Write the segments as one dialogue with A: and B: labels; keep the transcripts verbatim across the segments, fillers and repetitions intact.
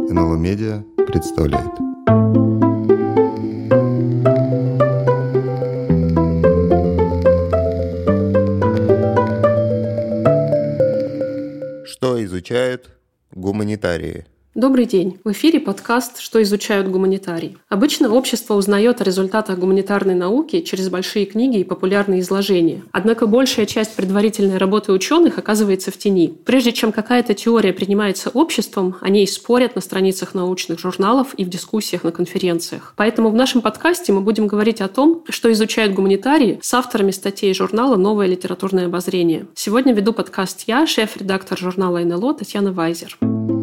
A: эн эл о Media представляет. Что изучают гуманитарии?
B: Добрый день! В эфире подкаст «Что изучают гуманитарии». Обычно общество узнает о результатах гуманитарной науки через большие книги и популярные изложения. Однако большая часть предварительной работы ученых оказывается в тени. Прежде чем какая-то теория принимается обществом, о ней спорят на страницах научных журналов и в дискуссиях на конференциях. Поэтому в нашем подкасте мы будем говорить о том, что изучают гуманитарии, с авторами статей журнала «Новое литературное обозрение». Сегодня веду подкаст я, шеф-редактор журнала эн эл о Татьяна Вайзер.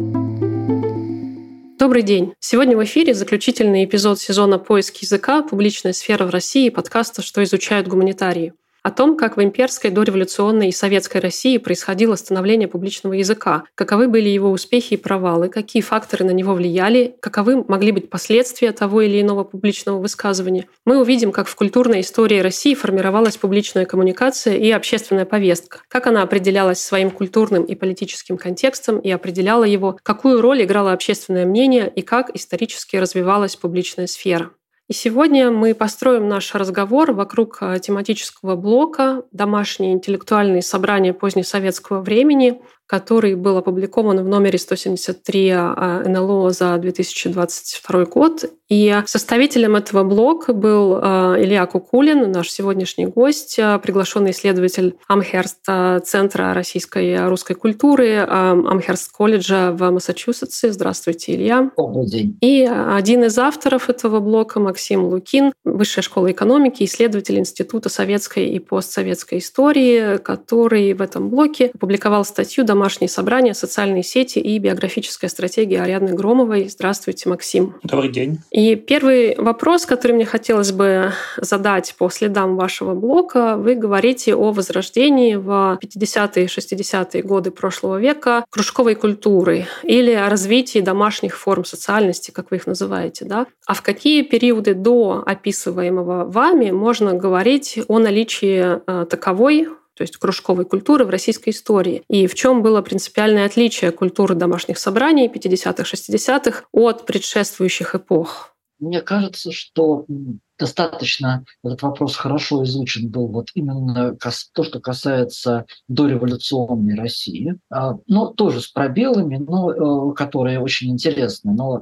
B: Добрый день! Сегодня в эфире заключительный эпизод сезона «Поиск языка. Публичная сфера в России» подкаста «Что изучают гуманитарии». О том, как в имперской, дореволюционной и советской России происходило становление публичного языка, каковы были его успехи и провалы, какие факторы на него влияли, каковы могли быть последствия того или иного публичного высказывания. Мы увидим, как в культурной истории России формировалась публичная коммуникация и общественная повестка, как она определялась своим культурным и политическим контекстом и определяла его, какую роль играло общественное мнение и как исторически развивалась публичная сфера. И сегодня мы построим наш разговор вокруг тематического блока «Домашние интеллектуальные собрания позднесоветского времени», который был опубликован в номере сто семьдесят три эн эл о за две тысячи двадцать второй год. И составителем этого блока был Илья Кукулин, наш сегодняшний гость, приглашенный исследователь Амхерст Центра российской русской культуры, Амхерст колледжа в Массачусетсе. Здравствуйте, Илья.
C: Добрый день.
B: И один из авторов этого блока Максим Лукин, Высшая школа экономики, исследователь Института советской и постсоветской истории, который в этом блоке опубликовал статью «Домашние собрания, социальные сети и биографическая стратегия Ариадны Громовой». Здравствуйте, Максим.
D: Добрый день.
B: И первый вопрос, который мне хотелось бы задать по следам вашего блока. Вы говорите о возрождении в пятидесятые и шестидесятые годы прошлого века кружковой культуры или о развитии домашних форм социальности, как вы их называете. Да? А в какие периоды до описываемого вами можно говорить о наличии таковой, то есть кружковой культуры в российской истории? И в чем было принципиальное отличие культуры домашних собраний пятидесятых, шестидесятых от предшествующих эпох?
C: Мне кажется, что достаточно этот вопрос хорошо изучен был вот именно то, что касается дореволюционной России. Ну, тоже с пробелами, но которые очень интересны. Но,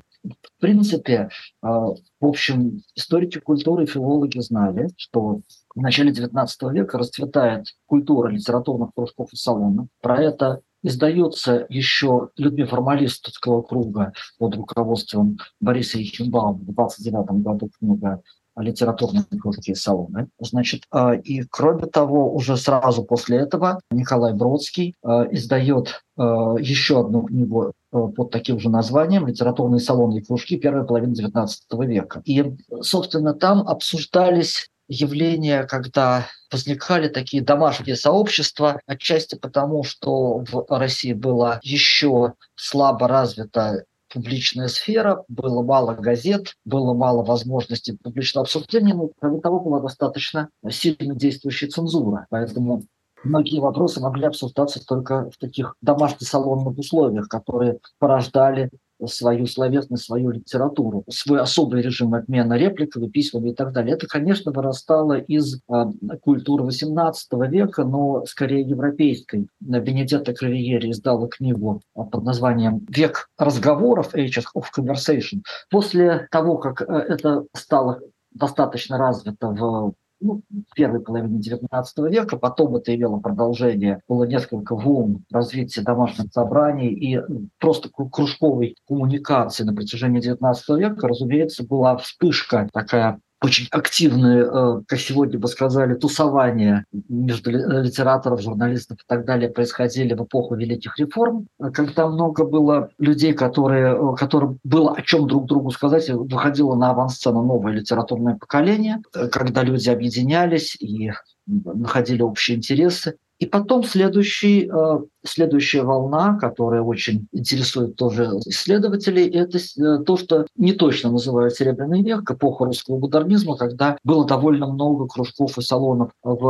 C: в принципе, в общем, историки культуры и филологи знали, что в начале девятнадцатого века расцветает культура литературных кружков и салонов. Про это издается еще людьми формалистского круга под руководством Бориса Ехенбаума в двадцать девятом году книга «Литературные кружки и салоны». Значит, и кроме того, уже сразу после этого Николай Бродский издает еще одну книгу под таким же названием «Литературные салоны и кружки. Первой половины девятнадцатого века». И, собственно, там обсуждались явления, когда возникали такие домашние сообщества, отчасти потому, что в России была еще слабо развита публичная сфера, было мало газет, было мало возможностей публичного обсуждения, но, кроме того, была достаточно сильно действующая цензура. Поэтому многие вопросы могли обсуждаться только в таких домашне-салонных условиях, которые порождали свою словесность, свою литературу, свой особый режим обмена репликами, письмами и так далее. Это, конечно, вырастало из э, культуры восемнадцатого века, но скорее европейской. Бенедетта Кривиери издала книгу под названием «Век разговоров», Age of Conversation. После того, как это стало достаточно развито в Ну, в первой половине девятнадцатого века, потом это имело продолжение, было несколько волн развития домашних собраний и просто кружковой коммуникации на протяжении девятнадцатого века, разумеется, была вспышка такая очень активные, как сегодня бы сказали, тусования между литераторов, журналистов и так далее происходили в эпоху Великих реформ, когда много было людей, которые, которым было о чем друг другу сказать, выходило на авансцену новое литературное поколение, когда люди объединялись и находили общие интересы. И потом следующий, следующая волна, которая очень интересует тоже исследователей, это то, что не точно называют Серебряный век, эпоха русского модернизма, когда было довольно много кружков и салонов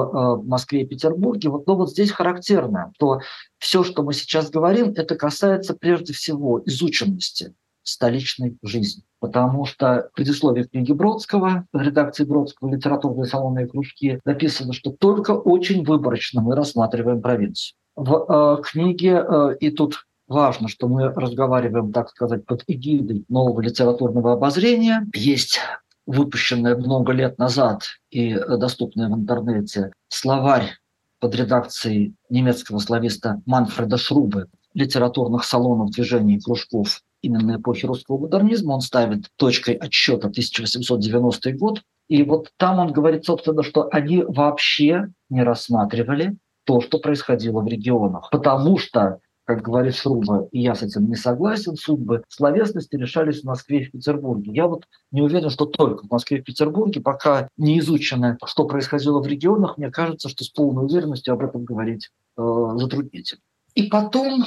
C: в Москве и Петербурге. Вот, но вот здесь характерно, что все, что мы сейчас говорим, это касается прежде всего изученности. столичной жизни. Потому что в предисловии книги Бродского, в редакции Бродского «Литературные салоны и кружки» написано, что только очень выборочно мы рассматриваем провинцию. В э, книге, э, и тут важно, что мы разговариваем, так сказать, под эгидой нового литературного обозрения. Есть выпущенная много лет назад и доступная в интернете словарь под редакцией немецкого слависта Манфреда Шрубе литературных салонов, движений и кружков именно эпохи русского модернизма. Он ставит точкой отсчета тысяча восемьсот девяностый год. И вот там он говорит, собственно, что они вообще не рассматривали то, что происходило в регионах. Потому что, как говорит Шруба, и я с этим не согласен, судьбы словесности решались в Москве и в Петербурге. Я вот не уверен, что только в Москве и в Петербурге, пока не изучено, что происходило в регионах, мне кажется, что с полной уверенностью об этом говорить э, затруднительно. И потом,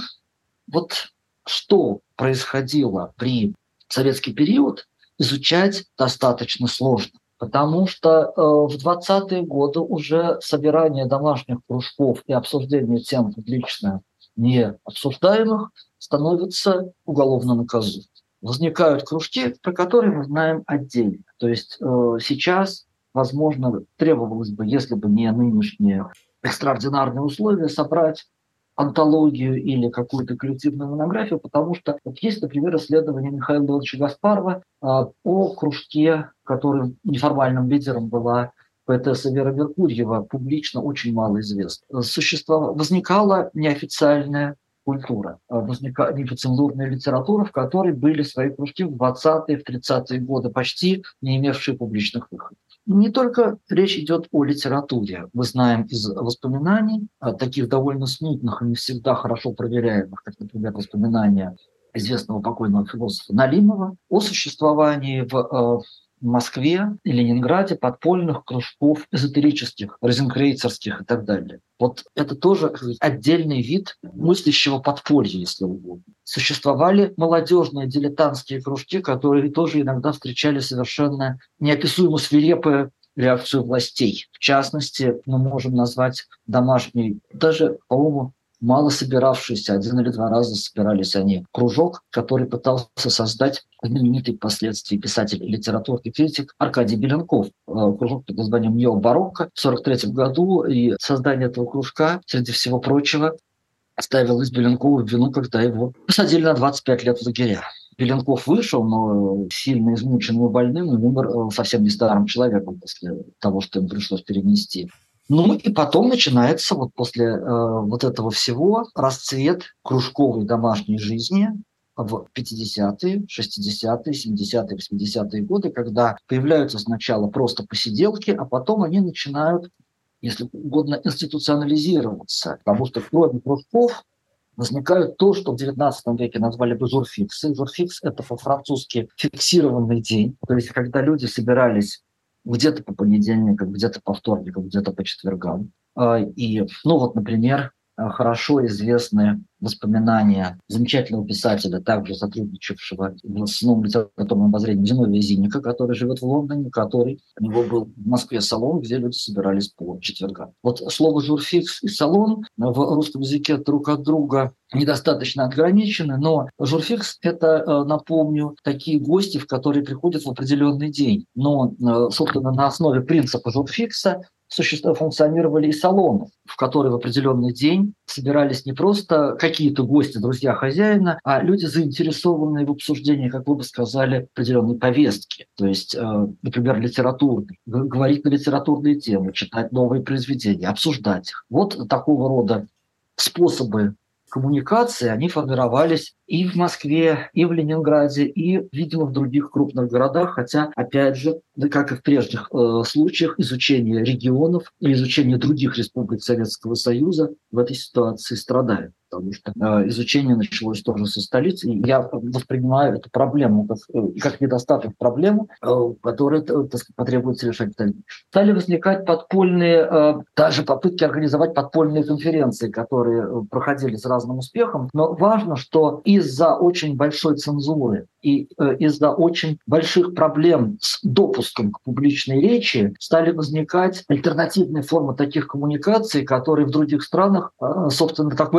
C: вот что происходило при советский период, изучать достаточно сложно. Потому что э, в двадцатые годы уже собирание домашних кружков и обсуждение тем публично не обсуждаемых становится уголовно наказуемым. Возникают кружки, про которые мы знаем отдельно. То есть э, сейчас, возможно, требовалось бы, если бы не нынешние экстраординарные условия, собрать антологию или какую-то коллективную монографию, потому что вот есть, например, исследование Михаила Леонидовича Гаспарова э, о кружке, которым неформальным лидером была поэтесса Вера Меркурьева, публично очень мало известна. Существовала, возникала неофициальная культура, возникала нецензурная литература, в которой были свои кружки в двадцатые, в тридцатые годы, почти не имевшие публичных выходов. Не только речь идет о литературе. Мы знаем из воспоминаний, таких довольно смутных и не всегда хорошо проверяемых, как, например, воспоминания известного покойного философа Налимова о существовании в в Москве и Ленинграде подпольных кружков эзотерических, розенкрейцерских и так далее. Вот это тоже отдельный вид мыслящего подполья, если угодно. Существовали молодежные дилетантские кружки, которые тоже иногда встречали совершенно неописуемо свирепую реакцию властей. В частности, мы можем назвать домашний, даже, по-моему, мало собиравшиеся, один или два раза собирались они, кружок, который пытался создать знаменитый впоследствии писатель и литературный критик Аркадий Беленков. Кружок под названием «Нео-барокко» в сорок третьем году, и создание этого кружка, среди всего прочего, ставилось Беленкову в вину, когда его посадили на двадцать пять лет в лагеря. Беленков вышел, но сильно измученным и больным, и умер совсем не старым человеком после того, что им пришлось перенести. Ну и потом начинается вот после э, вот этого всего расцвет кружковой домашней жизни в пятидесятые, шестидесятые, семидесятые, восьмидесятые годы, когда появляются сначала просто посиделки, а потом они начинают, если угодно, институционализироваться. Потому что кроме кружков возникают то, что в девятнадцатом веке назвали бы журфиксы. Журфикс – это по-французски фиксированный день, то есть когда люди собирались где-то по понедельникам, где-то по вторникам, где-то по четвергам. И, ну вот, например, хорошо известные воспоминания замечательного писателя, также сотрудничавшего с новым литературным обозрением Зиновия Зинника, который живет в Лондоне, который у него был в Москве салон, где люди собирались по четвергам. Вот слово «журфикс» и «салон» в русском языке друг от друга недостаточно ограничены, но журфикс – это, напомню, такие гости, в которые приходят в определенный день. Но, собственно, на основе принципа журфикса функционировали и салоны, в которые в определенный день собирались не просто какие-то гости, друзья хозяина, а люди, заинтересованные в обсуждении, как вы бы сказали, определенной повестки. То есть, например, литературной. Говорить на литературные темы, читать новые произведения, обсуждать их. Вот такого рода способы коммуникации, они формировались и в Москве, и в Ленинграде, и, видимо, в других крупных городах, хотя, опять же, да, как и в прежних э, случаях, изучение регионов и изучение других республик Советского Союза в этой ситуации страдает. Потому что э, изучение началось тоже со столицы, и я воспринимаю эту проблему как, э, как недостаток проблемы, э, которую так сказать, потребуется решать в дальнейшем. Стали возникать подпольные, э, даже попытки организовать подпольные конференции, которые э, проходили с разным успехом. Но важно, что из-за очень большой цензуры и э, из-за очень больших проблем с допуском к публичной речи стали возникать альтернативные формы таких коммуникаций, которые в других странах, э, собственно, такой альтернативой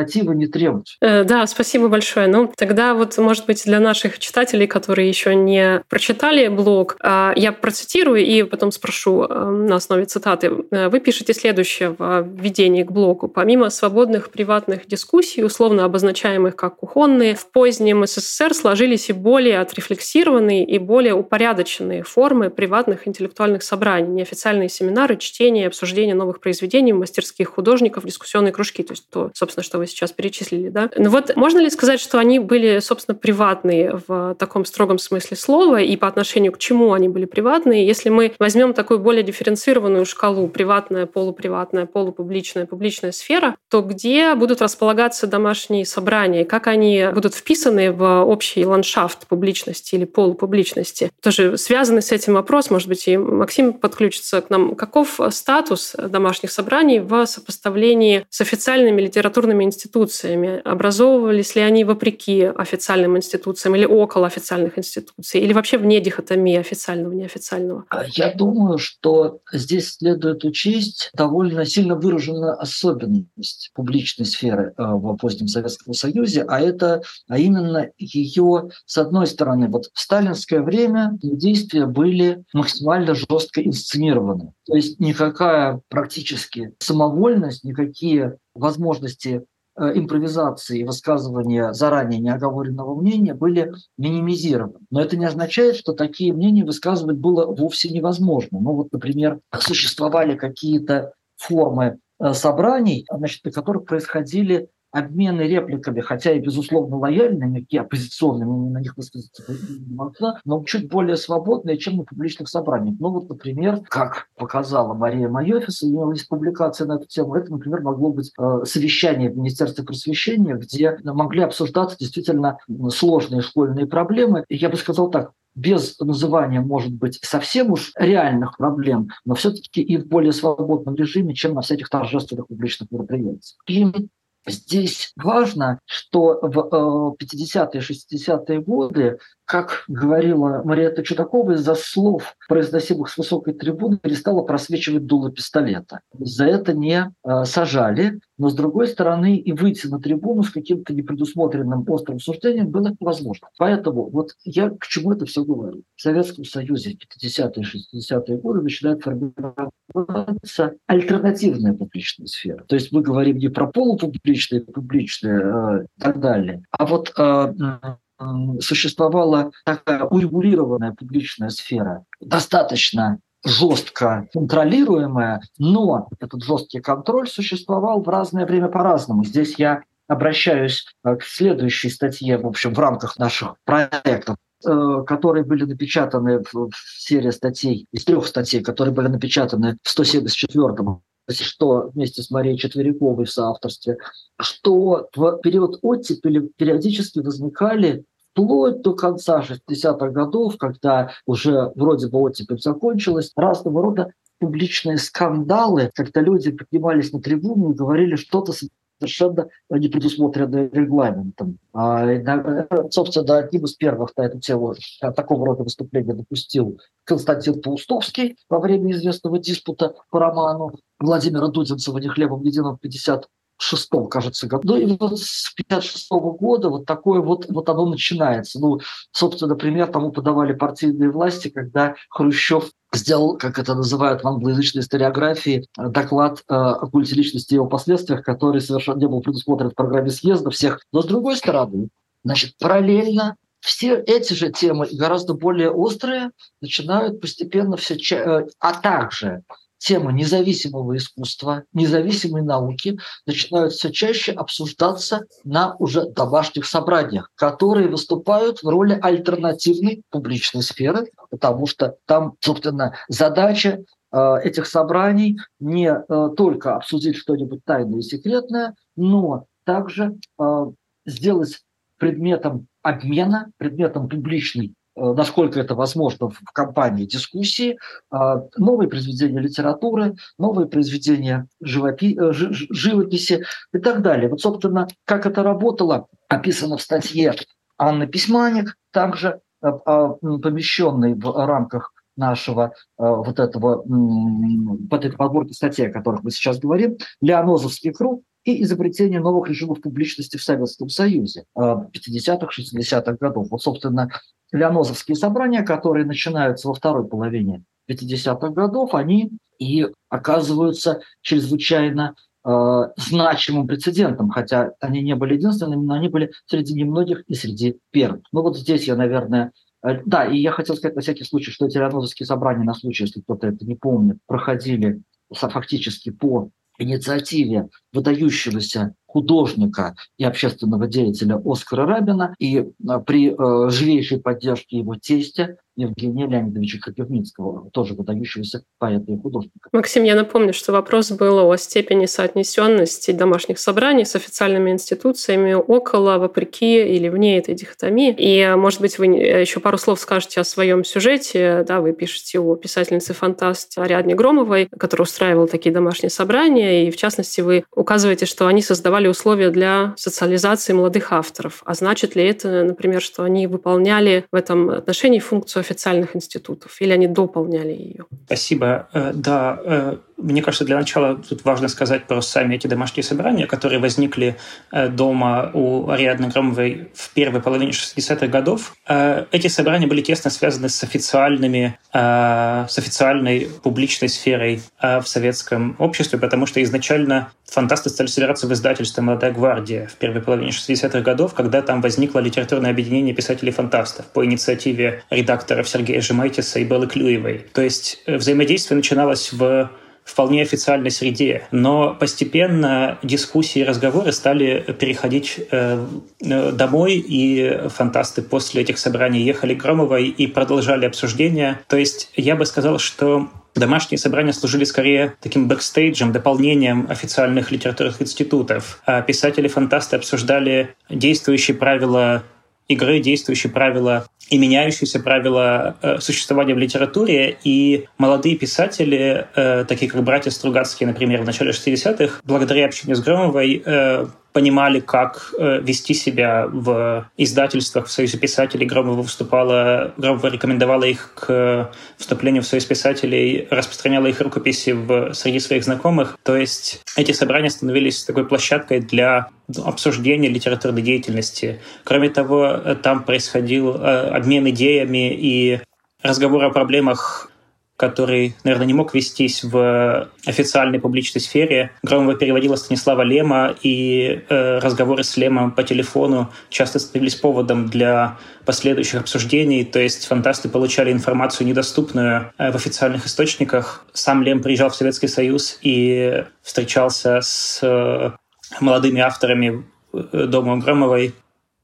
C: альтернативы не требуют.
B: Э, да, спасибо большое. Ну, тогда вот, может быть, для наших читателей, которые еще не прочитали блог, э, я процитирую и потом спрошу э, на основе цитаты. Вы пишете следующее в введении к блогу. Помимо свободных приватных дискуссий, условно обозначаемых как кухонные, в позднем СССР сложились и более отрефлексированные и более упорядоченные формы приватных интеллектуальных собраний, неофициальные семинары, чтения, обсуждения новых произведений, мастерских художников, дискуссионные кружки. То есть то, собственно, что вы сейчас перечислили. Да? Ну вот можно ли сказать, что они были, собственно, приватные в таком строгом смысле слова, и по отношению к чему они были приватные? Если мы возьмем такую более дифференцированную шкалу приватная, полуприватная, полупубличная, публичная сфера, то где будут располагаться домашние собрания? Как они будут вписаны в общий ландшафт публичности или полупубличности? Тоже связанный с этим вопрос, может быть, и Максим подключится к нам. Каков статус домашних собраний в сопоставлении с официальными литературными институциями? Образовывались ли они вопреки официальным институциям или около официальных институций? Или вообще вне дихотомии официального, неофициального?
C: Я думаю, что здесь следует учесть довольно сильно выраженную особенность публичной сферы в позднем Советском Союзе, а это, а именно ее, с одной стороны, вот в сталинское время действия были максимально жестко инсценированы. То есть никакая практически самовольность, никакие возможности импровизации и высказывания заранее неоговоренного мнения были минимизированы. Но это не означает, что такие мнения высказывать было вовсе невозможно. Ну вот, например, существовали какие-то формы собраний, значит, при которых происходили обмены репликами, хотя и, безусловно, лояльными, и оппозиционными, на них высказаться не могла, но чуть более свободные, чем на публичных собраниях. Ну вот, например, как показала Мария Майофис, у нее есть публикация на эту тему, это, например, могло быть э, совещание в Министерстве просвещения, где могли обсуждаться действительно сложные школьные проблемы. И я бы сказал так, без называния, может быть, совсем уж реальных проблем, но все-таки и в более свободном режиме, чем на всяких торжественных публичных мероприятиях. И здесь важно, что в пятидесятые и шестидесятые годы, как говорила Мариэтта Чудакова, из-за слов, произносимых с высокой трибуны, перестало просвечивать дуло пистолета. За это не сажали, но, с другой стороны, и выйти на трибуну с каким-то непредусмотренным острым суждением было невозможно. Поэтому вот я к чему это все говорю. В Советском Союзе в пятидесятые и шестидесятые годы начинает формироваться альтернативная публичная сфера. То есть мы говорим не про полупубличные, публичные э, и так далее, а вот э, существовала такая урегулированная публичная сфера, достаточно жестко контролируемая, но этот жесткий контроль существовал в разное время по-разному. Здесь я обращаюсь к следующей статье, в общем, в рамках наших проектов, которые были напечатаны в серии статей, из трех статей, которые были напечатаны в сто семьдесят четвёртом, что вместе с Марией Четвериковой в соавторстве, что в период оттепели периодически возникали вплоть до конца шестидесятых годов, когда уже вроде бы оттепель закончилась, разного рода публичные скандалы, когда люди поднимались на трибуну и говорили что-то совершенно не предусмотренное регламентом. А, собственно, одним из первых на эту тему такого рода выступления допустил Константин Паустовский во время известного диспута по роману Владимира Дудинцева «Не хлебом единым» в пятьдесят шестом, кажется, году. Ну и вот с пятьдесят шестого года вот такое вот, вот оно начинается. Ну, собственно, например, тому подавали партийные власти, когда Хрущев сделал, как это называют в англоязычной историографии, доклад э, о культе личности и его последствиях, который совершенно не был предусмотрен в программе съезда всех. Но с другой стороны, значит, параллельно все эти же темы, гораздо более острые, начинают постепенно все... Ча- а также темы независимого искусства, независимой науки начинают все чаще обсуждаться на уже домашних собраниях, которые выступают в роли альтернативной публичной сферы, потому что там, собственно, задача э, этих собраний не э, только обсудить что-нибудь тайное и секретное, но также э, сделать предметом обмена, предметом публичной, насколько это возможно в компании дискуссии, новые произведения литературы, новые произведения живопи- живописи и так далее. Вот, собственно, как это работало, описано в статье Анны Письманик, также помещенной в рамках нашего вот этого, вот этой подборки статей, о которых мы сейчас говорим, Лианозовский круг. и изобретение новых режимов публичности в Советском Союзе пятидесятых, шестидесятых годов. Вот, собственно, Лианозовские собрания, которые начинаются во второй половине пятидесятых годов, они и оказываются чрезвычайно э, значимым прецедентом, хотя они не были единственными, но они были среди немногих и среди первых. Ну вот здесь я, наверное... Э, да, и я хотел сказать на всякий случай, что эти Лианозовские собрания, на случай, если кто-то это не помнит, проходили фактически по инициативе выдающегося художника и общественного деятеля Оскара Рабина и при э, живейшей поддержке его тестя Евгения Леонидовича Кропивницкого, тоже выдающегося поэта и художника.
B: Максим, я напомню, что вопрос был о степени соотнесенности домашних собраний с официальными институциями около, вопреки или вне этой дихотомии. И, может быть, вы еще пару слов скажете о своем сюжете. Да, вы пишете о писательнице-фантаст Ариадне Громовой, которая устраивала такие домашние собрания, и, в частности, вы указываете, что они создавали условия для социализации молодых авторов. А значит ли это, например, что они выполняли в этом отношении функцию официальных институтов, или они дополняли ее?
D: Спасибо. Да, мне кажется, для начала тут важно сказать про сами эти домашние собрания, которые возникли дома у Ариадны Громовой в первой половине шестидесятых годов. Эти собрания были тесно связаны с официальными, с официальной публичной сферой в советском обществе, потому что изначально фантасты стали собираться в издательстве «Молодая гвардия» в первой половине шестидесятых годов, когда там возникло литературное объединение писателей-фантастов по инициативе редакторов Сергея Жемайтиса и Беллы Клюевой. То есть взаимодействие начиналось в вполне официальной среде, но постепенно дискуссии и разговоры стали переходить э, домой, и фантасты после этих собраний ехали к Громовой и продолжали обсуждения. То есть я бы сказал, что домашние собрания служили скорее таким бэкстейджем, дополнением официальных литературных институтов. А писатели-фантасты обсуждали действующие правила игры, действующие правила и меняющиеся правила э, существования в литературе. И молодые писатели, э, такие как братья Стругацкие, например, в начале шестидесятых, благодаря общению с Громовой, э, понимали, как э, вести себя в издательствах, в Союзе писателей. Громова выступала, Громова рекомендовала их к вступлению в Союз писателей, распространяла их рукописи в, среди своих знакомых. То есть эти собрания становились такой площадкой для обсуждения литературной деятельности. Кроме того, там происходил э, обмен идеями и разговор о проблемах, который, наверное, не мог вестись в официальной публичной сфере. Громова переводила Станислава Лема, и э, разговоры с Лемом по телефону часто становились поводом для последующих обсуждений. То есть фантасты получали информацию, недоступную э, в официальных источниках. Сам Лем приезжал в Советский Союз и встречался с э, молодыми авторами дома Громовой.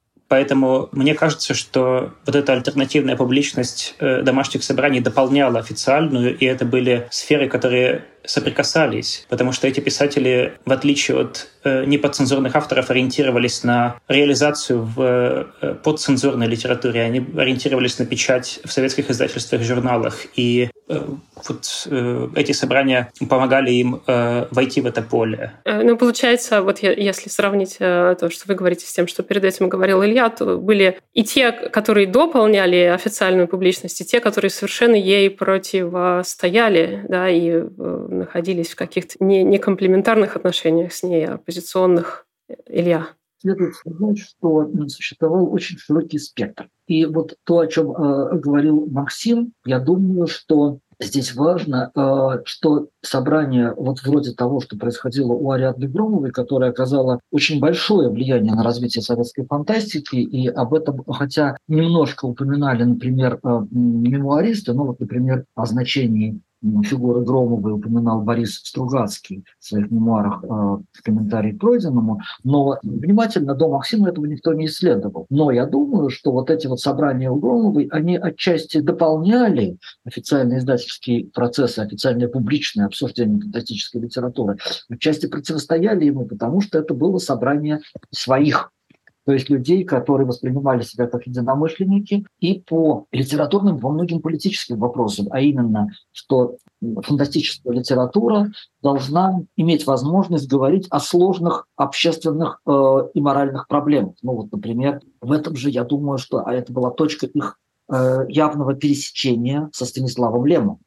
D: Поэтому мне кажется, что вот эта альтернативная публичность э, домашних собраний дополняла официальную, и это были сферы, которые соприкасались, потому что эти писатели, в отличие от э, неподцензурных авторов, ориентировались на реализацию в э, подцензурной литературе, они ориентировались на печать в советских издательствах и журналах, и э, вот э, эти собрания помогали им э, войти в это поле.
B: Ну, получается, вот если сравнить э, то, что вы говорите, с тем, что перед этим говорил Илья, то были и те, которые дополняли официальную публичность, и те, которые совершенно ей противостояли, да, и э, находились в каких-то не, не комплементарных отношениях с ней, а оппозиционных. Илья.
C: Следует сказать, что существовал очень широкий спектр. И вот то, о чем э, говорил Максим, я думаю, что здесь важно, э, что собрание вот вроде того, что происходило у Ариадны Громовой, которое оказало очень большое влияние на развитие советской фантастики, и об этом, хотя немножко упоминали, например, э, мемуаристы, ну вот, например, о значении фигуры Громовой упоминал Борис Стругацкий в своих мемуарах э, в комментарии к пройденному, но внимательно до Максима этого никто не исследовал. Но я думаю, что вот эти вот собрания у Громовой, они отчасти дополняли официальные издательские процессы, официальное публичное обсуждение фантастической литературы, отчасти противостояли ему, потому что это было собрание своих, то есть людей, которые воспринимали себя как единомышленники, и по литературным, по многим политическим вопросам, а именно, что фантастическая литература должна иметь возможность говорить о сложных общественных э, и моральных проблемах. Ну вот, например, в этом же, я думаю, что а это была точка их э, явного пересечения со Станиславом Лемом.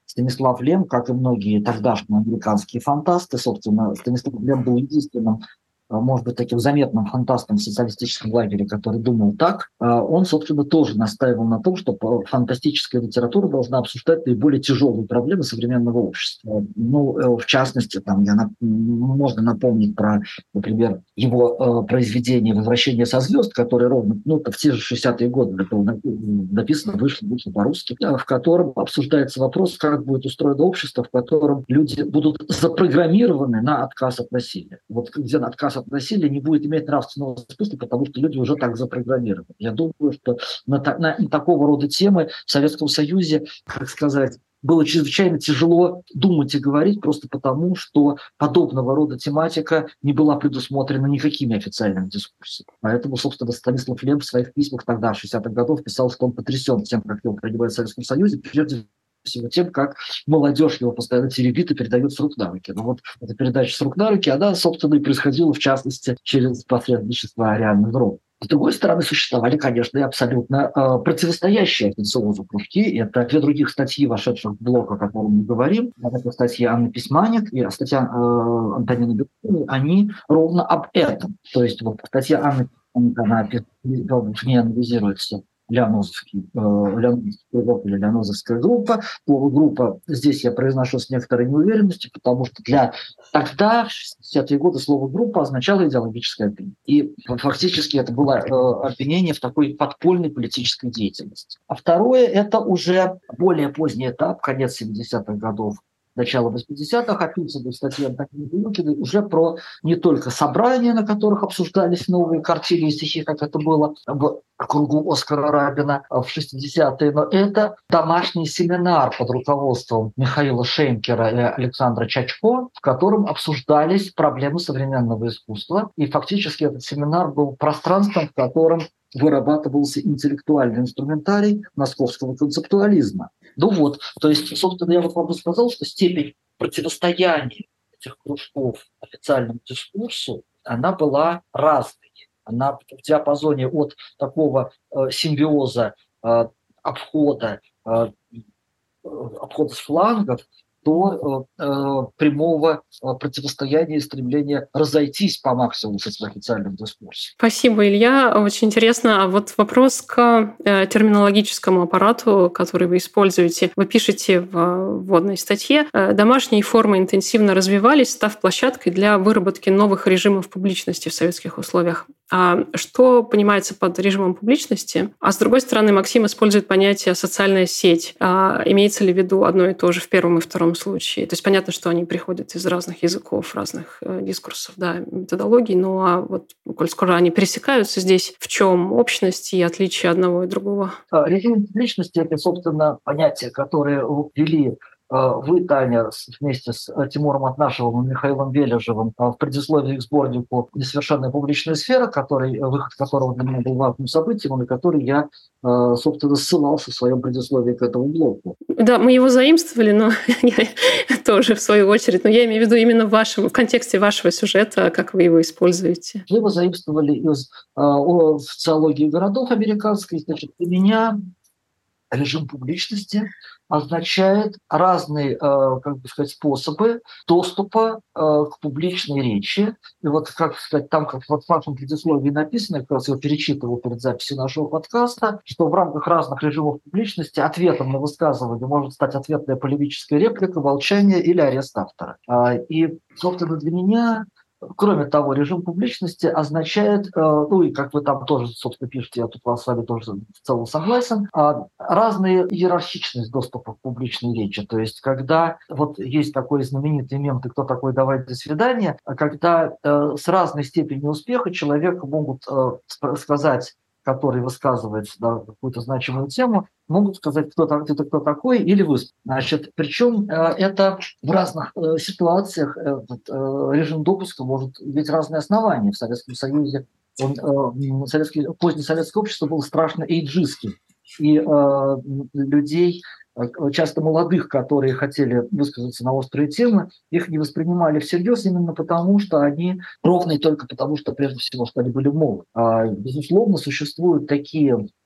C: Станислав Лем, как и многие тогдашние американские фантасты, собственно, Станислав Лем был единственным, может быть, таким заметным фантастом в социалистическом лагере, который думал так, он, собственно, тоже настаивал на том, что фантастическая литература должна обсуждать наиболее тяжелые проблемы современного общества. Ну, в частности, там, я, можно напомнить про, например, его произведение «Возвращение со звезд», которое ровно ну, в те же шестидесятые годы было написано, вышло, вышло по-русски, в котором обсуждается вопрос, как будет устроено общество, в котором люди будут запрограммированы на отказ от насилия. Вот где отказ от насилия не будет иметь нравственного смысла, потому что люди уже так запрограммированы. Я думаю, что на, на, на такого рода темы в Советском Союзе, как сказать, было чрезвычайно тяжело думать и говорить, просто потому, что подобного рода тематика не была предусмотрена никакими официальными дискуссиями. Поэтому, собственно, Станислав Лем в своих письмах тогда, шестидесятых годов, писал, что он потрясен тем, как его принимают в Советском Союзе, прежде всего тем, как молодежь его постоянно теребит и передает с рук на руки. Но вот эта передача с рук на руки, она, собственно, и происходила, в частности, через посредничество Арианы Гром. С другой стороны, существовали, конечно, и абсолютно э, противостоящие официозу кружки. Это две других статьи, вошедших в блок, о котором мы говорим. Это статьи Анны Письманик и статья э, Антонины Бекуновой. Они ровно об этом. То есть вот статья Анны Письманик, она в ней анализируется Лианозовский, э, Лианозовский кружок или Лианозовская группа. Слово «группа» здесь я произношу с некоторой неуверенностью, потому что для тогда, в шестидесятые годы, слово «группа» означало идеологическое обвинение. И фактически это было э, обвинение в такой подпольной политической деятельности. А второе – это уже более поздний этап, конец семидесятых годов, начало восьмидесятых, описывают в статье Антонины Бекуновой уже про не только собрания, на которых обсуждались новые картины и стихи, как это было в кругу Оскара Рабина в шестидесятые, но это домашний семинар под руководством Михаила Шейнкера и Александра Чачко, в котором обсуждались проблемы современного искусства. И фактически этот семинар был пространством, в котором вырабатывался интеллектуальный инструментарий московского концептуализма. Ну вот, то есть, собственно, я вот вам сказал, что степень противостояния этих кружков официальному дискурсу, она была разной. Она в диапазоне от такого э, симбиоза, э, обхода, э, обхода с флангов до э, э, прямого э, противостояния и стремления разойтись по максимуму с этим официальным дискурсом.
B: Спасибо, Илья. Очень интересно. А вот вопрос к э, терминологическому аппарату, который вы используете. Вы пишете в вводной статье: «Домашние формы интенсивно развивались, став площадкой для выработки новых режимов публичности в советских условиях». А что понимается под режимом публичности? А с другой стороны, Максим использует понятие «социальная сеть». А имеется ли в виду одно и то же в первом и втором случае? То есть понятно, что они приходят из разных языков, разных э, дискурсов, да, методологий, но а вот, коль скоро они пересекаются здесь, в чем общность и отличие одного и другого?
C: Режим публичности – это, собственно, понятие, которое ввели вы, Таня, вместе с Тимуром Атнашевым и Михаилом Вележевым в предисловии к сборнику «Несовершенная публичная сфера», который, выход которого для меня был важным событием, на который я, собственно, ссылался в своем предисловии к этому блоку.
B: Да, мы его заимствовали, но я тоже, в свою очередь. Но я имею в виду именно в, вашем, в контексте вашего сюжета, как вы его используете.
C: Мы его заимствовали из о социологии городов американской. Значит, для меня режим публичности означает разные, как бы сказать, способы доступа к публичной речи. И вот, как сказать, там, как вот в вашем предисловии написано, я как раз его перечитывал перед записью нашего подкаста, что в рамках разных режимов публичности ответом на высказывание может стать ответная полемическая реплика, молчание или арест автора. И, собственно, для меня, кроме того, режим публичности означает, ну и как вы там тоже, собственно, пишете, я тут с вами тоже в целом согласен, разные иерархичность доступа к публичной речи. То есть, когда вот есть такой знаменитый мем «Ты кто такой? Давай, до свидания», когда с разной степенью успеха человеку могут сказать, который высказывается на какую-то значимую тему, могут сказать, кто там, это кто такой, или вы. Значит, причем это в разных ситуациях этот режим допуска может иметь разные основания. В Советском Союзе он, советский, позднее советское общество было страшно эйджистским. И э, людей, часто молодых, которые хотели высказаться на острые темы, их не воспринимали всерьез именно потому, что они ровные только потому, что прежде всего, что они были молоды. А, безусловно, существуют такие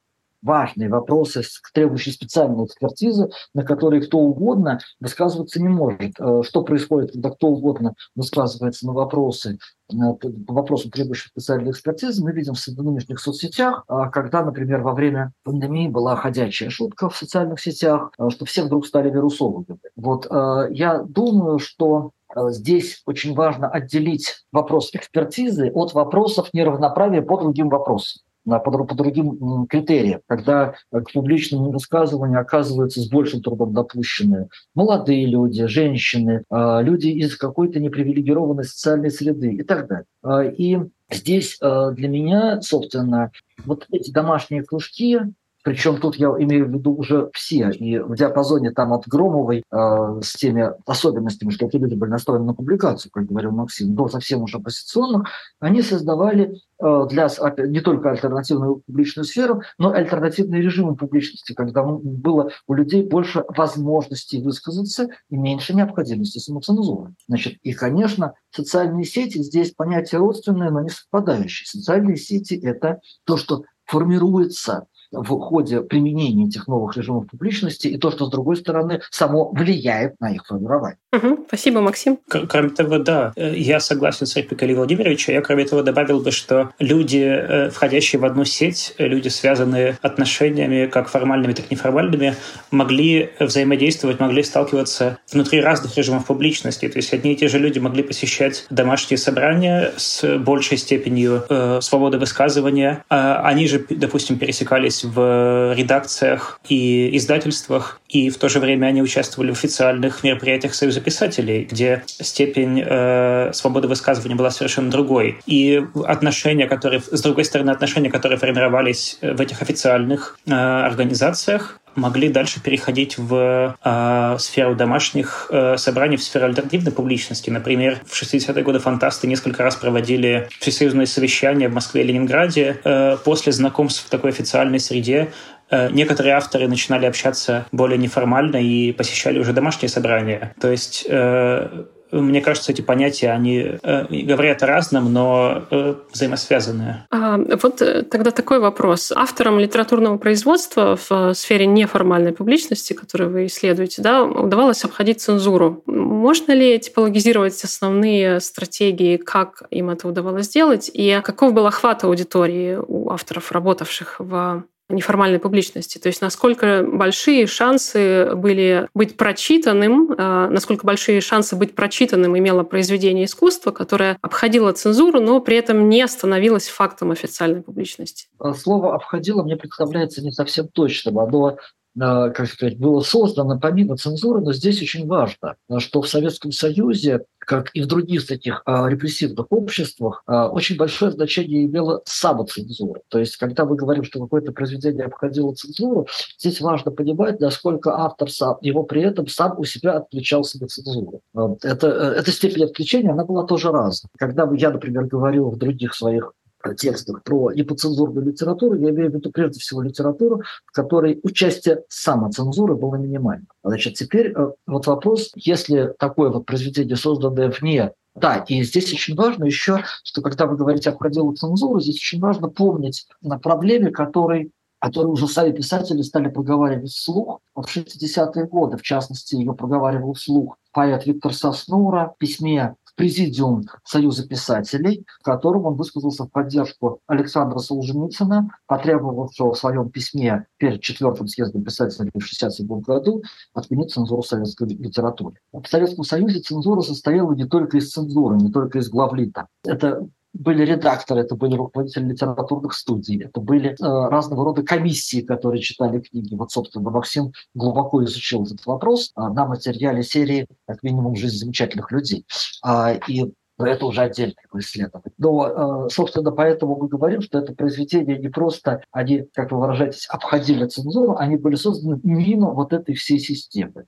C: важные вопросы, требующие специальной экспертизы, на которые кто угодно высказываться не может. Что происходит, когда кто угодно высказывается на вопросы, по вопросам, требующим специальной экспертизы, мы видим в нынешних соцсетях, когда, например, во время пандемии была ходячая шутка в социальных сетях, что все вдруг стали вирусологами. Вот я думаю, что здесь очень важно отделить вопрос экспертизы от вопросов неравноправия по другим вопросам, по, по другим критериям, когда к публичному высказыванию оказываются с большим трудом допущены молодые люди, женщины, люди из какой-то непривилегированной социальной среды и так далее. И здесь для меня, собственно, вот эти домашние кружки, причем тут я имею в виду уже все, и в диапазоне там от Громовой э, с теми особенностями, что эти люди были настроены на публикацию, как говорил Максим, до совсем уже оппозиционных, они создавали э, для не только альтернативную публичную сферу, но и альтернативные режимы публичности, когда было у людей больше возможностей высказаться и меньше необходимости самоцензуры. Значит, и, конечно, социальные сети здесь понятие родственное, но не совпадающее. Социальные сети – это то, что формируется в ходе применения этих новых режимов публичности, и то, что, с другой стороны, само влияет на их формирование.
B: Угу, спасибо, Максим.
D: Кроме того, да, я согласен с репликой Ильи Владимировича. Я, кроме того, добавил бы, что люди, входящие в одну сеть, люди, связанные отношениями, как формальными, так и неформальными, могли взаимодействовать, могли сталкиваться внутри разных режимов публичности. То есть одни и те же люди могли посещать домашние собрания с большей степенью э, свободы высказывания. Они же, допустим, пересекались в редакциях и издательствах, и в то же время они участвовали в официальных мероприятиях Союза писателей, где степень э, свободы высказывания была совершенно другой. И отношения, которые, с другой стороны, отношения, которые формировались в этих официальных э, организациях, могли дальше переходить в э, сферу домашних э, собраний, в сферу альтернативной публичности. Например, в шестидесятые годы фантасты несколько раз проводили всесоюзные совещания в Москве и Ленинграде. Э, после знакомств в такой официальной среде э, некоторые авторы начинали общаться более неформально и посещали уже домашние собрания. То есть э, мне кажется, эти понятия, они э, говорят о разном, но э, взаимосвязанные.
B: А, вот тогда такой вопрос. Авторам литературного производства в сфере неформальной публичности, которую вы исследуете, да, удавалось обходить цензуру. Можно ли типологизировать основные стратегии, как им это удавалось сделать, и каков был охват аудитории у авторов, работавших в неформальной публичности? То есть насколько большие шансы были быть прочитанным, насколько большие шансы быть прочитанным имело произведение искусства, которое обходило цензуру, но при этом не становилось фактом официальной публичности?
C: Слово «обходило» мне представляется не совсем точным. Оно, как сказать, было создано помимо цензуры, но здесь очень важно, что в Советском Союзе, как и в других таких а, репрессивных обществах, а, очень большое значение имела самоцензура. То есть, когда мы говорим, что какое-то произведение обходило цензуру, здесь важно понимать, насколько автор сам, его при этом сам у себя отключал себе цензуру. Это, эта степень отключения, она была тоже разная. Когда я, например, говорил в других своих текстах про непоцензурную литературу, я имею в виду прежде всего литературу, в которой участие самоцензуры было минимальным. Значит, теперь вот вопрос, если такое вот произведение, созданное вне. Да, и здесь очень важно еще, что когда вы говорите «обходило цензуру», здесь очень важно помнить о проблеме, которой которые уже сами писатели стали проговаривать вслух в шестидесятые годы. В частности, ее проговаривал вслух поэт Виктор Соснура в письме в Президиум Союза писателей, в котором он высказался в поддержку Александра Солженицына, потребовавшего в своем письме перед четвертым съездом писателей в шестьдесят седьмом году отменить цензуру советской литературы. В Советском Союзе цензура состояла не только из цензуры, не только из главлита. Это были редакторы, это были руководители литературных студий, это были э, разного рода комиссии, которые читали книги. Вот, собственно, Максим глубоко изучил этот вопрос э, на материале серии «Как минимум жизнь замечательных людей». Э, и это уже отдельное исследование. Но, собственно, поэтому мы говорим, что это произведения не просто, они, как вы выражаетесь, обходили цензуру, они были созданы мимо вот этой всей системы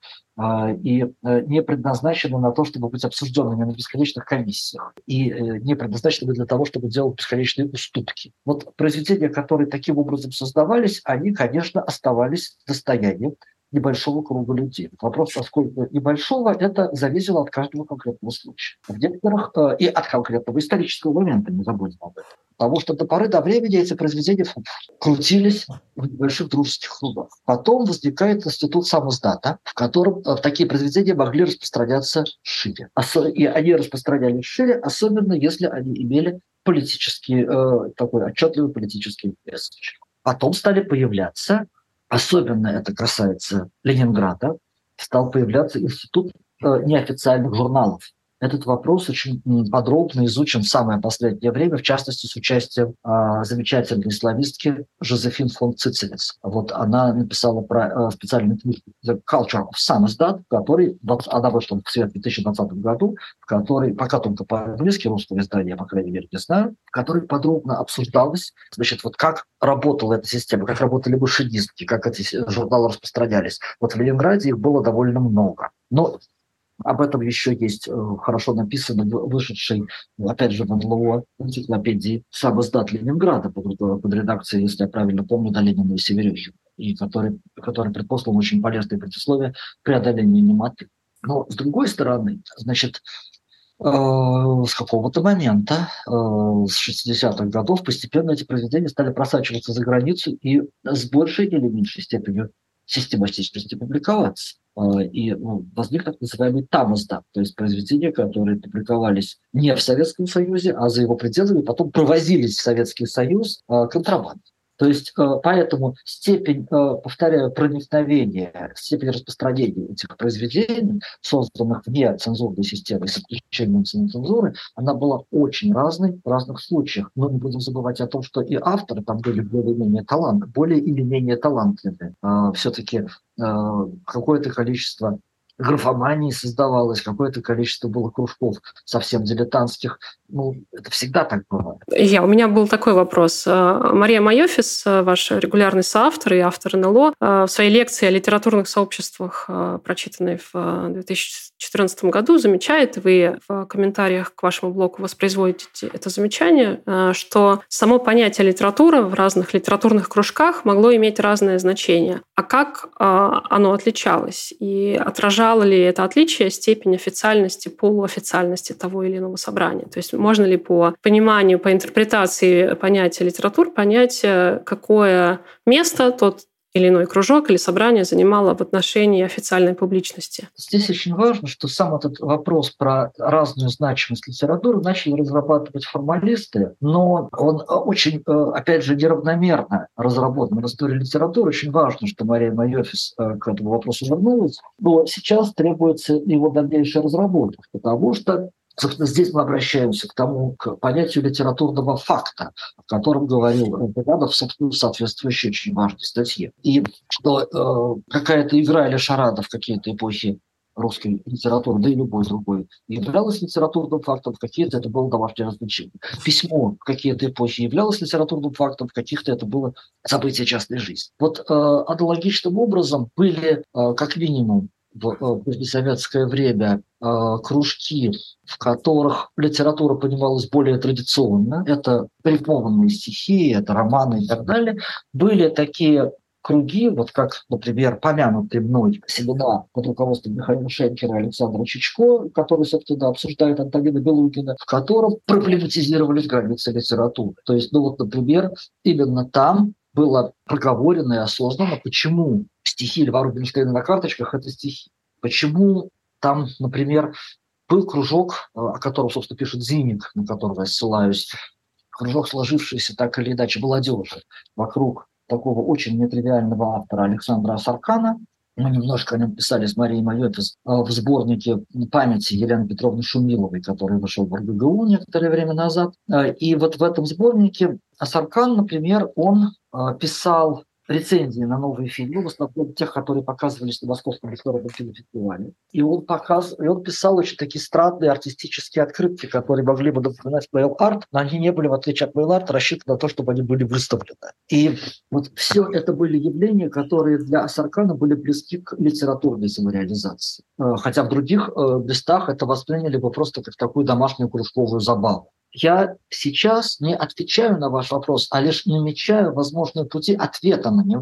C: и не предназначены на то, чтобы быть обсужденными на бесконечных комиссиях, и не предназначены для того, чтобы делать бесконечные уступки. Вот произведения, которые таким образом создавались, они, конечно, оставались достоянием небольшого круга людей. Вопрос, насколько небольшого, это зависело от каждого конкретного случая. В некоторых, э, и от конкретного исторического момента, не забудем об этом. Потому что до поры до времени эти произведения крутились в небольших дружеских кругах. Потом возникает институт самоздата, в котором э, такие произведения могли распространяться шире. Осо- и они распространялись шире, особенно если они имели политический, э, такой отчетливый политический месседж. Потом стали появляться, особенно это касается Ленинграда, стал появляться институт э, неофициальных журналов. Этот вопрос очень подробно изучен в самое последнее время, в частности, с участием э, замечательной славистки Жозефин фон Цицелес. Вот она написала про э, специальную книгу «The Culture of Samizdat», который она вышла в свет в две тысячи двадцатом году, в которой, пока только по-английски, русского издания, по крайней мере, не знаю, в которой подробно обсуждалось, значит, вот как работала эта система, как работали машинистки, как эти журналы распространялись. Вот в Ленинграде их было довольно много. Но об этом еще есть э, хорошо написано, вышедший, опять же, в эн эл о энциклопедии «Самоздат Ленинграда» под, под редакцией, если я правильно помню, Долинина и Северюхина, и который, который предпослал очень полезные предисловия преодоления немоты. Но, с другой стороны, значит, э, с какого-то момента, э, с шестидесятых годов, постепенно эти произведения стали просачиваться за границу и с большей или меньшей степенью систематичности публиковаться. И ну, возник так называемый тамоздат, то есть произведения, которые публиковались не в Советском Союзе, а за его пределами, потом провозились в Советский Союз контрабандой. То есть поэтому степень, повторяю, проникновения, степень распространения этих произведений, созданных вне цензурной системы с исключением цензуры, она была очень разной в разных случаях. Но не будем забывать о том, что и авторы там были более или менее талантливые, более или менее талантливые. Все-таки какое-то количество графомании создавалось, какое-то количество было кружков совсем дилетантских. Ну, это всегда так бывает.
B: Я, у меня был такой вопрос. Мария Майофис, ваш регулярный соавтор и автор эн эл о, в своей лекции о литературных сообществах, прочитанной в две тысячи четырнадцатом году, замечает, вы в комментариях к вашему блогу воспроизводите это замечание, что само понятие литература в разных литературных кружках могло иметь разное значение. А как оно отличалось? И отражало ли это отличие степень официальности, полуофициальности того или иного собрания? То есть можно ли по пониманию, по интерпретации понятия литератур понять, какое место тот или иной кружок или собрание занимало в отношении официальной публичности?
C: Здесь очень важно, что сам этот вопрос про разную значимость литературы начали разрабатывать формалисты, но он очень, опять же, неравномерно разработан в истории литературы. Очень важно, что Мария Майофис к этому вопросу вернулась, но сейчас требуется его дальнейшая разработка, потому что собственно, здесь мы обращаемся к тому, к понятию литературного факта, о котором говорил Рядов, собственно, в соответствующей очень важной статье. И что э, какая-то игра или шарада в какие-то эпохи русской литературы, да и любой другой, являлась литературным фактом, в какие-то это было домашнее развлечение. Письмо в какие-то эпохи являлось литературным фактом, в каких-то это было событие частной жизни. Вот э, аналогичным образом были, э, как минимум, в послесоветское время э, кружки, в которых литература понималась более традиционно, это рифмованные стихи, это романы и так далее, были такие круги, вот как, например, помянутый мной семинар под руководством Михаила Шенкера и Александра Чичко, который, собственно, обсуждает Антонина Белугина, в котором проблематизировались границы литературы. То есть, ну вот, например, именно там было проговорено и осознанно, почему стихи Льва Рубинштейна на карточках – это стихи. Почему там, например, был кружок, о котором, собственно, пишет Зинник, на которого я ссылаюсь, кружок, сложившийся так или иначе молодежи вокруг такого очень нетривиального автора Александра Асаркана. Мы немножко о нем писали с Марией Майофис в сборнике памяти Елены Петровны Шумиловой, который вышел в эр гэ гэ у некоторое время назад. И вот в этом сборнике Асаркан, например, он писал рецензии на новые фильмы, в основном тех, которые показывались на Московском международном кинофестивале. И он, показ... и он писал очень такие странные артистические открытки, которые могли бы напоминать мейл-арт, но они не были, в отличие от мейл-арта, рассчитаны на то, чтобы они были выставлены. И вот все это были явления, которые для Асаркана были близки к литературной самореализации. Хотя в других местах это восприняли бы просто как такую домашнюю кружковую забаву. Я сейчас не отвечаю на ваш вопрос, а лишь намечаю возможные пути ответа на него,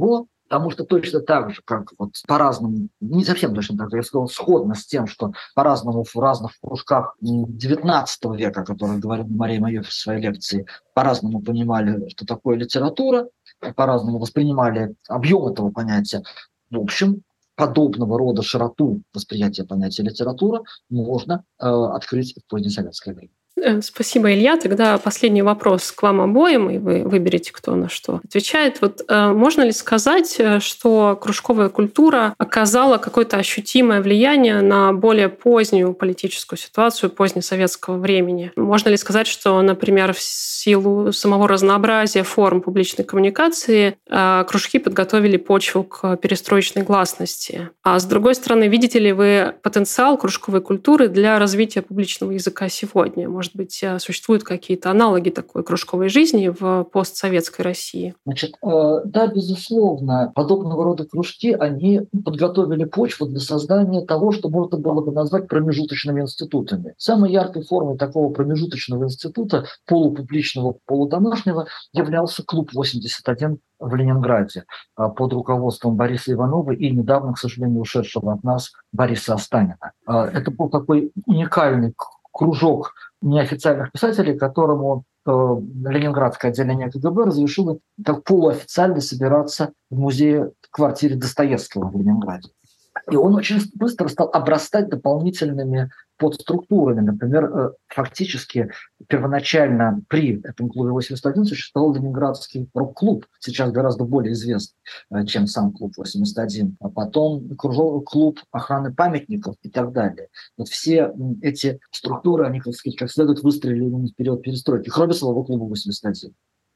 C: Потому что точно так же, как вот по-разному, не совсем точно так же, я сказал, сходно с тем, что по-разному в разных кружках девятнадцатого века, о которых говорила Мария Майофф в своей лекции, по-разному понимали, что такое литература, по-разному воспринимали объем этого понятия. В общем, подобного рода широту восприятия понятия литература можно э, открыть в позднесоветское время.
B: Спасибо, Илья. Тогда последний вопрос к вам обоим, и вы выберете, кто на что отвечает. Вот э, можно ли сказать, что кружковая культура оказала какое-то ощутимое влияние на более позднюю политическую ситуацию позднесоветского времени? Можно ли сказать, что, например, в силу самого разнообразия форм публичной коммуникации э, кружки подготовили почву к перестроечной гласности? А с другой стороны, видите ли вы потенциал кружковой культуры для развития публичного языка сегодня? Может быть, существуют какие-то аналоги такой кружковой жизни в постсоветской России?
C: Значит, да, безусловно, подобного рода кружки, они подготовили почву для создания того, что можно было бы назвать промежуточными институтами. Самой яркой формой такого промежуточного института, полупубличного, полудомашнего, являлся клуб восемьдесят один в Ленинграде под руководством Бориса Иванова и недавно, к сожалению, ушедшего от нас Бориса Останина. Это был такой уникальный кружок неофициальных писателей, которому э, Ленинградское отделение ка гэ бэ разрешило как полуофициально собираться в музее-квартире Достоевского в Ленинграде. И он очень быстро стал обрастать дополнительными подструктурами. Например, э, фактически первоначально при этом клубе восемьдесят один существовал Ленинградский рок-клуб, сейчас гораздо более известный, э, чем сам клуб восемьдесят один. А потом кружок, клуб охраны памятников и так далее. Вот все эти структуры, они, как сказать, как следует выстрелили в период перестройки, кроме самого клуба восемьдесят один.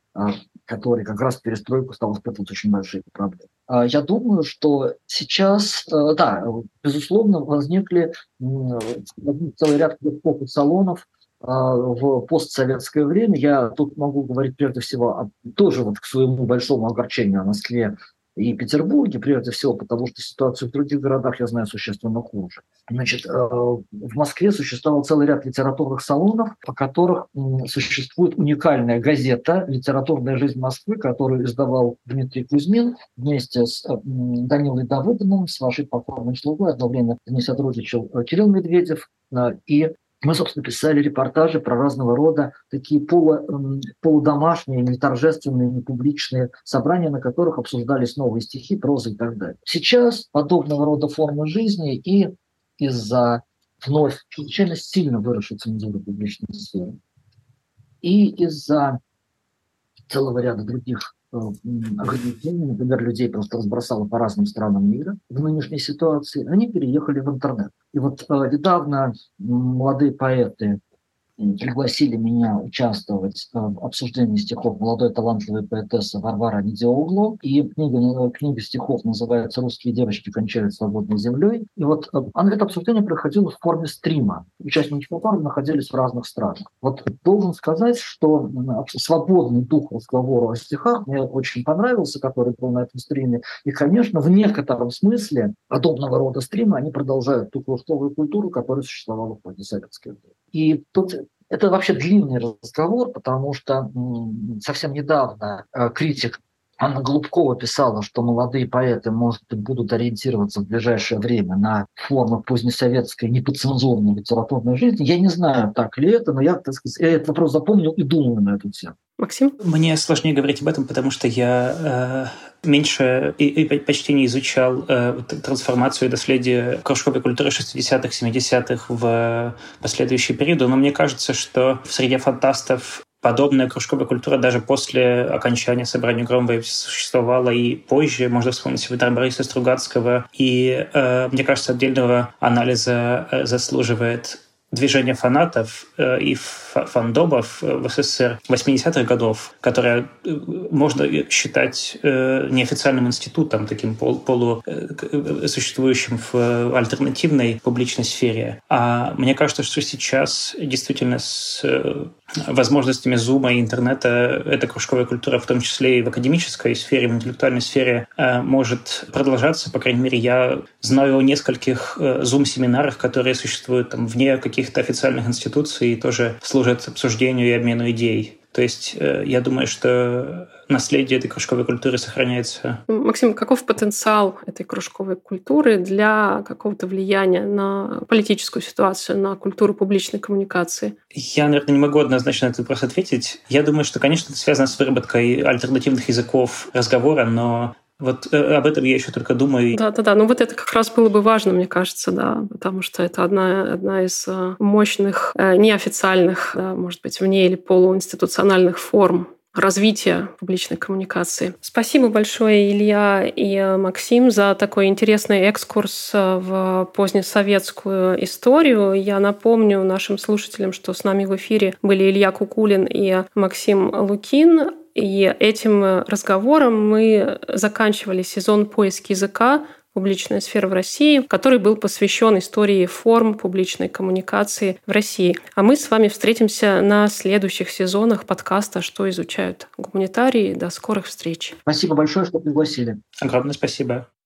C: Который как раз в перестройку стал испытывать очень большие проблемы. Я думаю, что сейчас, да, безусловно, возникли целый ряд клубов и салонов в постсоветское время. Я тут могу говорить прежде всего о, тоже вот к своему большому огорчению о Москве и Петербурге, прежде всего, потому что ситуацию в других городах я знаю существенно хуже. Значит, в Москве существовал целый ряд литературных салонов, по которых существует уникальная газета «Литературная жизнь Москвы», которую издавал Дмитрий Кузьмин вместе с Данилой Давыдовым, с вашей покорной слугой. Одно время с ней сотрудничал Кирилл Медведев. И мы, собственно, писали репортажи про разного рода такие полу, полудомашние, не торжественные, не публичные собрания, на которых обсуждались новые стихи, проза и так далее. Сейчас подобного рода формы жизни и из-за вновь чрезвычайно сильно выросшей цензуры публичной сферы, и из-за целого ряда других ограничений, например, людей просто разбросало по разным странам мира в нынешней ситуации, они переехали в интернет. И вот э, недавно молодые поэты пригласили меня участвовать в обсуждении стихов молодой талантливой поэтессы Варвары Недиоглу. И книга, книга стихов называется «Русские девочки кончают свободной землей». И вот это обсуждение проходило в форме стрима. Участники которого находились в разных странах. Вот должен сказать, что свободный дух разговора о стихах мне очень понравился, который был на этом стриме. И, конечно, в некотором смысле подобного рода стримы, они продолжают ту кружковую культуру, которая существовала в постсоветское время. И тут это вообще длинный разговор, потому что м, совсем недавно э, критик Анна Голубкова писала, что молодые поэты, может быть, будут ориентироваться в ближайшее время на формы позднесоветской неподцензурной литературной жизни. Я не знаю, так ли это, но я, так сказать, я этот вопрос запомнил и думаю на эту тему.
B: Максим?
D: Мне сложнее говорить об этом, потому что я э, меньше и, и почти не изучал э, трансформацию и наследие кружковой культуры шестидесятых, семидесятых в последующие периоды. Но мне кажется, что в среде фантастов подобная кружковая культура даже после окончания собрания Громовой существовала и позже. Можно вспомнить Святара Бориса Стругацкого. И, э, мне кажется, отдельного анализа э, заслуживает движение фанатов э, и фандомов в эс эс эс эр восьмидесятых годов, которое можно считать э, неофициальным институтом, таким пол, полу э, существующим в альтернативной публичной сфере. А мне кажется, что сейчас действительно с э, возможностями зума и интернета эта кружковая культура, в том числе и в академической сфере, в интеллектуальной сфере, э, может продолжаться. По крайней мере, я знаю о нескольких э, зум-семинарах, которые существуют там вне каких каких-то официальных институций и тоже служат обсуждению и обмену идей. То есть я думаю, что наследие этой кружковой культуры сохраняется.
B: Максим, каков потенциал этой кружковой культуры для какого-то влияния на политическую ситуацию, на культуру публичной коммуникации?
D: Я, наверное, не могу однозначно на этот вопрос ответить. Я думаю, что, конечно, это связано с выработкой альтернативных языков разговора, но вот об этом я еще только думаю.
B: Да-да-да, ну вот это как раз было бы важно, мне кажется, да, потому что это одна, одна из мощных, неофициальных, да, может быть, вне или полуинституциональных форм развития публичной коммуникации. Спасибо большое, Илья и Максим, за такой интересный экскурс в позднесоветскую историю. Я напомню нашим слушателям, что с нами в эфире были Илья Кукулин и Максим Лукин. И этим разговором мы заканчивали сезон «Поиск языка. Публичная сфера в России», который был посвящен истории форм публичной коммуникации в России. А мы с вами встретимся на следующих сезонах подкаста «Что изучают гуманитарии». До скорых встреч.
C: Спасибо большое, что пригласили.
D: Огромное спасибо.